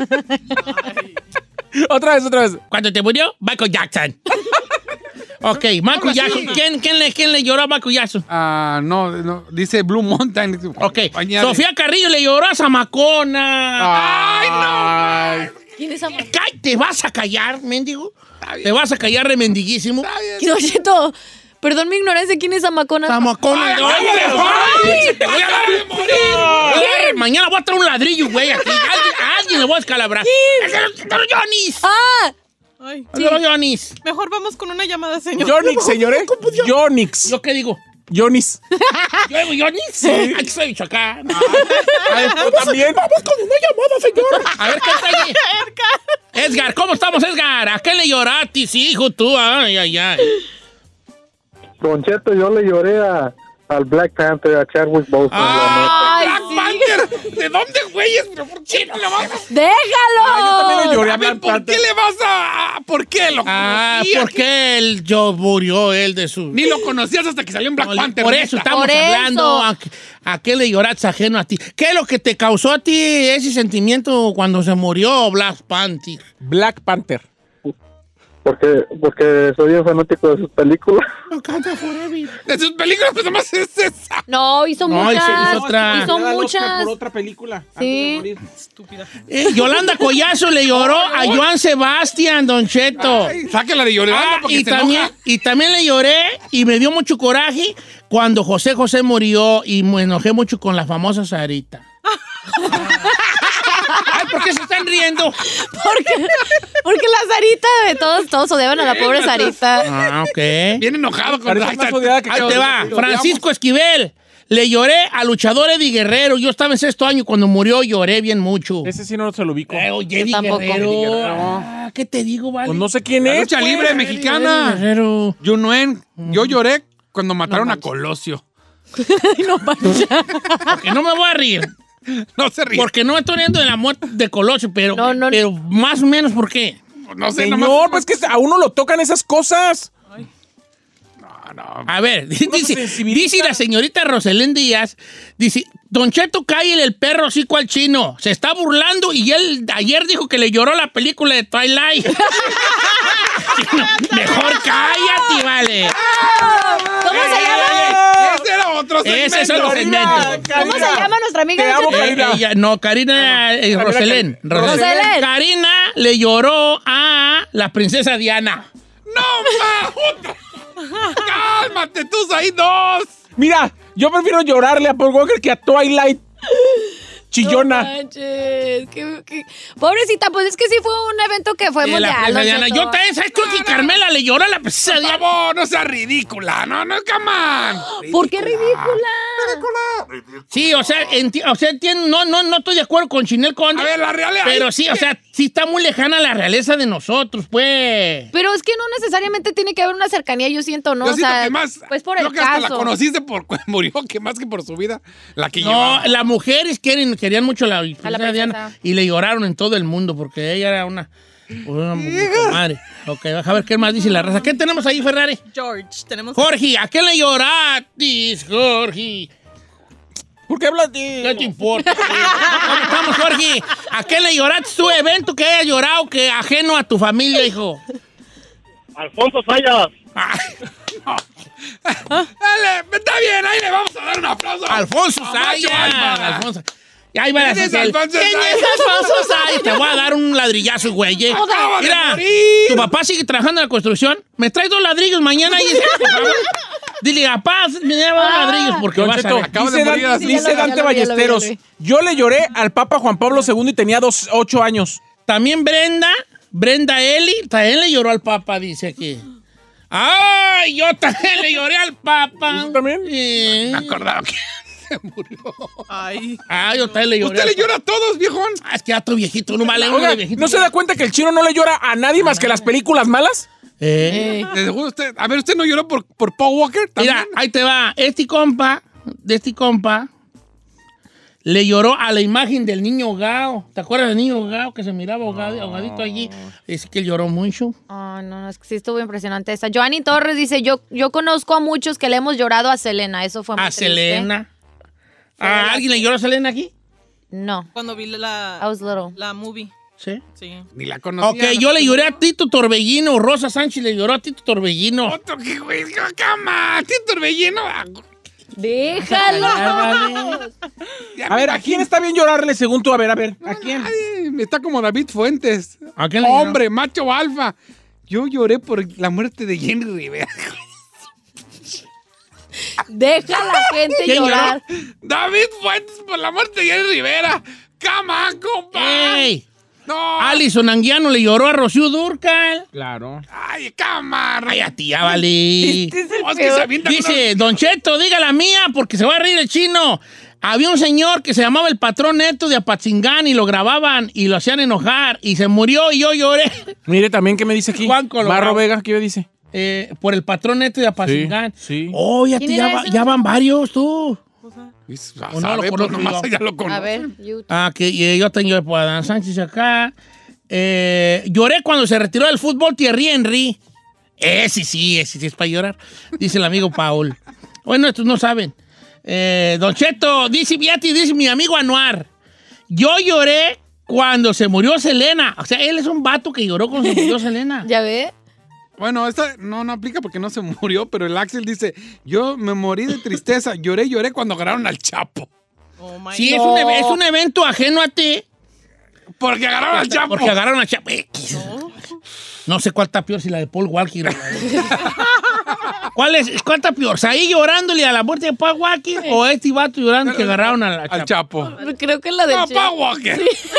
Otra vez, otra vez. Cuando te murió, Michael Jackson. Ok, Michael Jackson. ¿Quién, quién, le, ¿Quién le lloró a Michael Jackson? Ah, no, no, dice Blue Mountain. Ok, Añade. Sofía Carrillo le lloró a Zamacona. Ay, no. ¿Quién es esa? Cállate, ¿Te vas a callar, mendigo? ¿Te vas a callar, remendiguísimo? Don Cheto, perdón mi ignorancia, ¿quién es Zamacona? Zamacona. Ay, ¡Ay, acabo de ay, morir. te voy a dar Acabo de morir. Ay, mañana voy a traer un ladrillo, güey, aquí. Alguien, a alguien le voy a descalabrar. ¡Es el de los Johnny's! ¡Ah! Ay, ¡El de los Johnny's! mejor vamos con una llamada, señor. Yonix, señores. Yonix. ¿Yo qué digo? Yonis. ¿Yo digo Johnny's? Sí. Aquí soy Michoacán. A ver, tú también. Vamos con una llamada, señor. A ver, ¿qué está ahí? Edgar, ¿cómo estamos, Edgar? ¿A qué le lloraste, hijo, tú? Ay, ay, ay. Don Cheto, yo le lloré a, al Black Panther, a Chadwick Boseman. ¡Ay, Black sí! Panther. ¿De dónde, güeyes? ¿Pero por qué no le vas a... ¡Déjalo! también le lloré A a ver, Black ¿por Panther. qué le vas a...? ¿Por qué lo Ah, conocías? ¿por qué él yo murió él de su... Ni lo conocías hasta que salió en Black No, Panther. por neta. eso estamos Por eso. hablando. ¿A, a qué le lloraste ajeno a ti? ¿Qué es lo que te causó a ti ese sentimiento cuando se murió Black Panther? Black Panther. Porque, porque soy un fanático de sus películas. De sus películas, pues nomás es esa. No, hizo No, muchas. hizo- hizo otra. Hizo Ganada al Oscar muchas. por otra película. antes Sí. de morir. Eh, Yolanda Collazo le lloró a Joan Sebastián, Don Cheto. Ay, sáquela de Yolanda Ah, porque y, se también, enoja. y también le lloré y me dio mucho coraje cuando José José murió y me enojé mucho con la famosa Sarita. Ay, ¿por qué se están riendo? Porque, porque la Sarita de todos, todos odiaban a la pobre Sarita. Ah, ok. Bien enojado con Parece Ay, más sa- odiada que Ahí yo. te va, Lo Francisco Esquivel. Le lloré al luchador Eddie Guerrero. Yo estaba en sexto año cuando murió, lloré bien mucho. odiamos. Ese sí no se lo ubico. Eh, oye, Eddie tampoco. Guerrero. Eddie Guerrero. Ah, ¿qué te digo, vale? Pues no sé quién La es. lucha pues. libre Eddie mexicana. Guerrero. Yunuen. Yo lloré cuando mataron a Colosio. No manches. Que no me voy a reír. No se ríe. Porque no me estoy riendo de la muerte de Colosio, pero, No, no. pero más o menos, ¿por qué? No sé, Señor, nomás- pues que a uno lo tocan esas cosas. A ver, se dice, sensibiliza. dice la señorita Roselén Díaz, dice, Don Cheto, cállale el perro hocico al chino. Se está burlando y él ayer dijo que le lloró la película de Twilight. Mejor cállate, vale. ¿Cómo se llama? Ese era otro segmento. Ese es otro segmento. ¿Cómo se llama nuestra amiga? Te Don amo, Cheto? Karina. Ella- no, Karina, eh, Karina, Roselén. Karina. Roselén. Roselén. Karina le lloró a la princesa Diana. ¡No, ma! ¡Otra! ¡Cálmate, tú ahí dos! Mira, yo prefiero llorarle a Paul Walker que a Twilight. Chillona. No manches, qué- qué- Pobrecita, pues es que sí fue un evento que fue Eh, la mundial. princesa Don Diana. Cheto. Yo también, ¿sabes? Creo que Carmela le lloró a la princesa Por Diana. favor, no seas ridícula. No, no, come on. ¿Por qué ridícula? Sí, o sea, enti- o sea entiendo, no, no, no estoy de acuerdo con Chinel Conde. A ver, la realidad. Pero sí, o sea, sí está muy lejana la realeza de nosotros, pues. Pero es que no necesariamente tiene que haber una cercanía, yo siento, ¿no? Yo o siento sea, que más. pues por creo el que hasta caso. la conociste por cuando murió, que más que por su vida. La que No, llevaba. las mujeres quieren, querían mucho a la princesa princesa. Diana y le lloraron en todo el mundo porque ella era una... Una madre. Ok, a ver qué más dice la raza. ¿Qué tenemos ahí, Ferrari? George, tenemos... Jorge, ¿a qué le lloraste, Jorge? ¿Por qué hablas de...? ¿Qué te importa? ¿Cómo estamos, Jorge? ¿A qué le lloraste tu evento que haya llorado que ajeno a tu familia, hijo? Alfonso Sayas. Dale, está bien, ahí le vamos a dar un aplauso. Alfonso a Sayas. Macho Alfa. Alfonso. Y ahí va a ¿Quién es decir, Alfonso ¿quién Sayas? es Alfonso Sayas? Te voy a dar un ladrillazo, güey. eh. Acaba de Mira, morir. tu papá sigue trabajando en la construcción. ¿Me traes dos ladrillos mañana? Y por favor. Dile, papá, me lleva dos ladrillos porque Don vas a Cheto, ver. Acaba de dice, morir Dan- así. dice Ya lo vi, Dante ya lo vi, ya lo vi, ya lo Ballesteros, vi. yo le lloré al Papa Juan Pablo segundo y tenía dos, ocho años. También Brenda, Brenda Eli, también le lloró al Papa, dice aquí. ¡Ay! Yo también le lloré al Papa. ¿Usted también? Sí. Me acordaba que se murió. Ay. Ay, yo también le lloré. ¿Usted al le llora a todos, viejón? Papa. Ah, es que ya estoy viejito, no vale uno Oiga, de viejito. ¿no se da cuenta que el chino no le llora a nadie más que las películas malas? Eh. ¿De seguro usted? A ver, ¿usted no lloró por, por Paul Walker? ¿También? Mira, ahí te va. Este compa, de este compa, le lloró a la imagen del niño ahogado. ¿Te acuerdas del niño ahogado que se miraba ahogado- ahogadito allí? Dice que él lloró mucho. Oh, no, no, es que sí estuvo impresionante esa. Joanny Torres dice, yo, yo conozco a muchos que le hemos llorado a Selena. Eso fue muy A triste. Selena. ¿A alguien le lloró a Selena aquí? No, Cuando vi la, I was little. la movie. Sí. Sí. Ni la conocía. Ok, yo le lloré a Tito Torbellino. Rosa Sánchez le lloró a Tito Torbellino. Otro que güey, cama. Tito Torbellino. Déjalo. Ya A me ver, ¿a imagino. quién está bien llorarle según tú? A ver, a ver, ¿a quién? Ay, está como David Fuentes. ¿A quién le lloró? Hombre, macho alfa. Yo lloré por la muerte de Jenny Rivera. Deja a la gente ¿Quién llorar. David Fuentes por la muerte de Jenny Rivera. Cama, compa. ¡Ey! No. Alison Anguiano le lloró a Rocío Dúrcal. Claro. Ay, cama. Ay, a ti, ya vale. Oh, es que se avientan Dice, Don Cheto, diga la mía porque se va a reír el chino. Había un señor que se llamaba el patrón Neto de Apatzingán y lo grababan y lo hacían enojar y se murió y yo lloré. Mire también qué me dice aquí. Juan Colorado. Barro Vega, ¿qué me dice? Eh, por el patrón Neto de Apatzingán. Sí, sí. Oh, ya, te- ¿Quién ya, era va- ese? ya van varios tú. Pues, O no sabe, lo pues, conozco nomás yo. ya lo conozco. A ver, YouTube. Ah, que y yo tengo a Adán Sánchez acá. Eh, lloré cuando se retiró del fútbol Thierry Henry. Ese sí, ese sí es para llorar. Dice el amigo Paul. Bueno, estos no saben. Eh, Don Cheto, dice, fíjate, dice mi amigo Anuar. Yo lloré cuando se murió Selena. O sea, él es un vato que lloró cuando se murió Selena. ¿Ya ve? Bueno, esta no, no aplica porque no se murió, pero el Axel dice, yo me morí de tristeza, lloré, lloré cuando agarraron al Chapo. Oh my Sí, es God. un, eve- es un evento ajeno a ti. Porque agarraron al Chapo. Porque agarraron a Chapo. No sé cuál está peor, si la de Paul Walker. o la de- ¿Cuál es? ¿Cuál está peor? ¿Ahí llorándole a la muerte de Paul Walker o este vato llorando que agarraron a la Al Chapo. Creo que es la de... No, Paul Walker.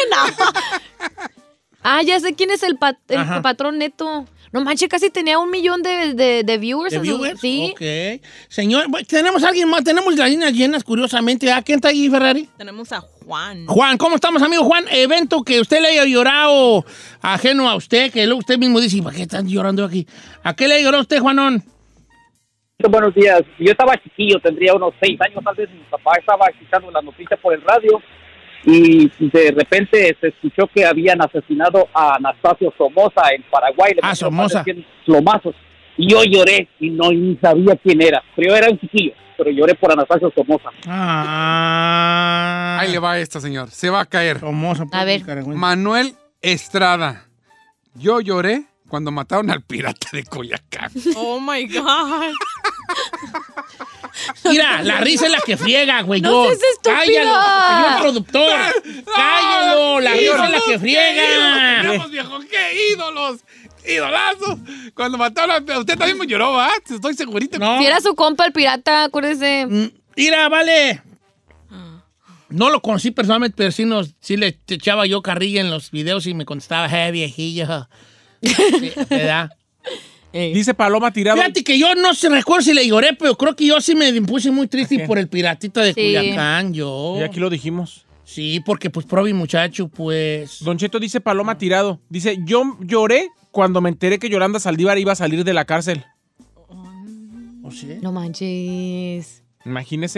Ah, ya sé quién es el, pat- el Ajá. patrón Neto. No manches, casi tenía un millón de, de, de viewers. ¿De en su- viewers? Sí. Ok. Señor, bueno, tenemos a alguien más, tenemos las líneas llenas, curiosamente. ¿A quién está ahí, Ferrari? Tenemos a Juan. Juan, ¿cómo estamos, amigo Juan? Evento que usted le haya llorado ajeno a usted, que luego usted mismo dice, ¿para qué están llorando aquí? ¿A qué le lloró usted, Juanón? Buenos días. Yo estaba chiquillo, tendría unos seis años tal vez. Mi papá estaba escuchando la noticia por el radio y de repente se escuchó que habían asesinado a Anastasio Somoza en Paraguay. Le Ah, metieron Somoza. más de cien plomazos. Y yo lloré y no ni sabía quién era. Pero yo era un chiquillo, pero lloré por Anastasio Somoza. Ah. Ahí le va esta, señor. Se va a caer. Somoza. A ver. Manuel Estrada. Yo lloré cuando mataron al pirata de Coyacán. Oh my God. Mira, la risa es la que friega, güey. No seas estúpido. Cállalo, señor productor. Cállalo, la risa es la que friega. ¡Ídolos, viejo! ¡Qué ídolos! ¡Idolazos! Cuando mataron a... Usted también me lloró, ¿va? Estoy segurito. No. Si era su compa el pirata, acuérdese. Mm, Mira, vale. No lo conocí personalmente, pero sí, nos, sí le echaba yo carrilla en los videos y me contestaba, hey, viejillo. Sí, ¿verdad? Dice Paloma Tirado. Fíjate que yo no sé, recuerdo si le lloré, pero creo que yo sí me puse muy triste ¿A qué? por el piratita de Sí. Culiacán, yo. Y aquí lo dijimos. Sí, porque pues probi muchacho, pues. Don Cheto dice Paloma Tirado. Dice, yo lloré cuando me enteré que Yolanda Saldívar iba a salir de la cárcel. ¿O sí? No manches. Imagínese.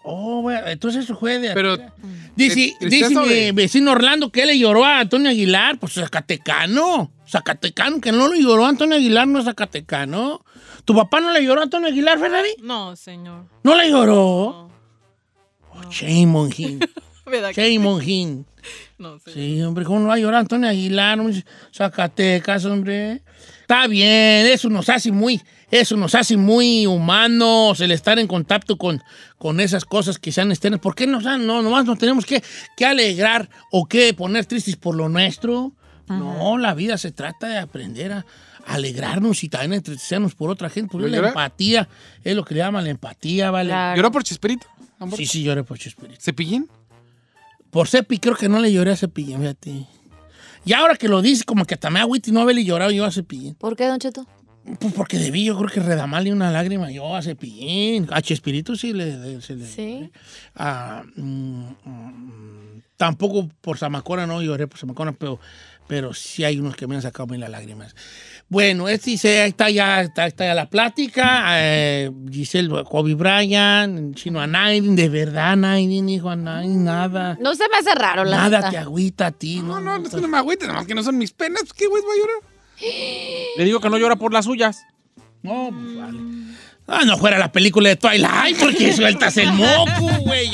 Oh, bueno, entonces eso fue de... Pero, dice ¿de- dice tristeza o mi de- vecino Orlando que él le lloró a Antonio Aguilar. Pues Zacatecano. Zacatecano, que no le lloró a Antonio Aguilar, no es Zacatecano. ¿Tu papá no le lloró a Antonio Aguilar, Ferrari? No, señor. ¿No le lloró? Oh, shame on him. ¿Verdad que Shame sí? on him. No sé. Sí, hombre, ¿cómo no va a llorar Antonio Aguilar? Hombre? Zacatecas, hombre. Está bien, eso nos hace muy, eso nos hace muy humanos, el estar en contacto con, con esas cosas que sean externas. ¿Por qué nos dan? No, nomás nos tenemos que, que alegrar o que poner tristes por lo nuestro. Ajá. No, la vida se trata de aprender a alegrarnos y también a entristecernos por otra gente. Porque la ¿Llora? empatía es lo que le llaman la empatía, ¿vale? ¿Lloró por Chespirito? Sí, sí, lloré por Chespirito. ¿Cepillín? Por Cepi, creo que no le lloré a Cepillín, fíjate. Y ahora que lo dices, como que hasta me agüito y no haberle llorado yo a Cepillín. ¿Por qué, Don Cheto? Pues porque debí, yo creo que redamarle una lágrima yo a Cepillín. A Chespirito sí le... le- se le- Sí. Ah, mm, mm, tampoco por Zamacona no lloré por Zamacona, pero, pero sí hay unos que me han sacado a mí las lágrimas. Bueno, este dice, ahí está ya, está, está ya la plática. Eh, Giselle, Kobe Bryant, Chino a Naidin, de verdad, Naidin, hijo, a Naidin, nada. No se me hace raro, la Nada neta. te agüita a ti, ¿no? No, no, es que no me agüiten, nada más que no son mis penas. Pues, ¿qué güey va a llorar? Le digo que no llora por las suyas. No, pues vale. Ah, no fuera la película de Twilight, porque sueltas el moco, güey.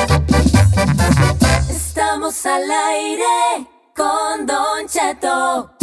Estamos al aire con Don Cheto.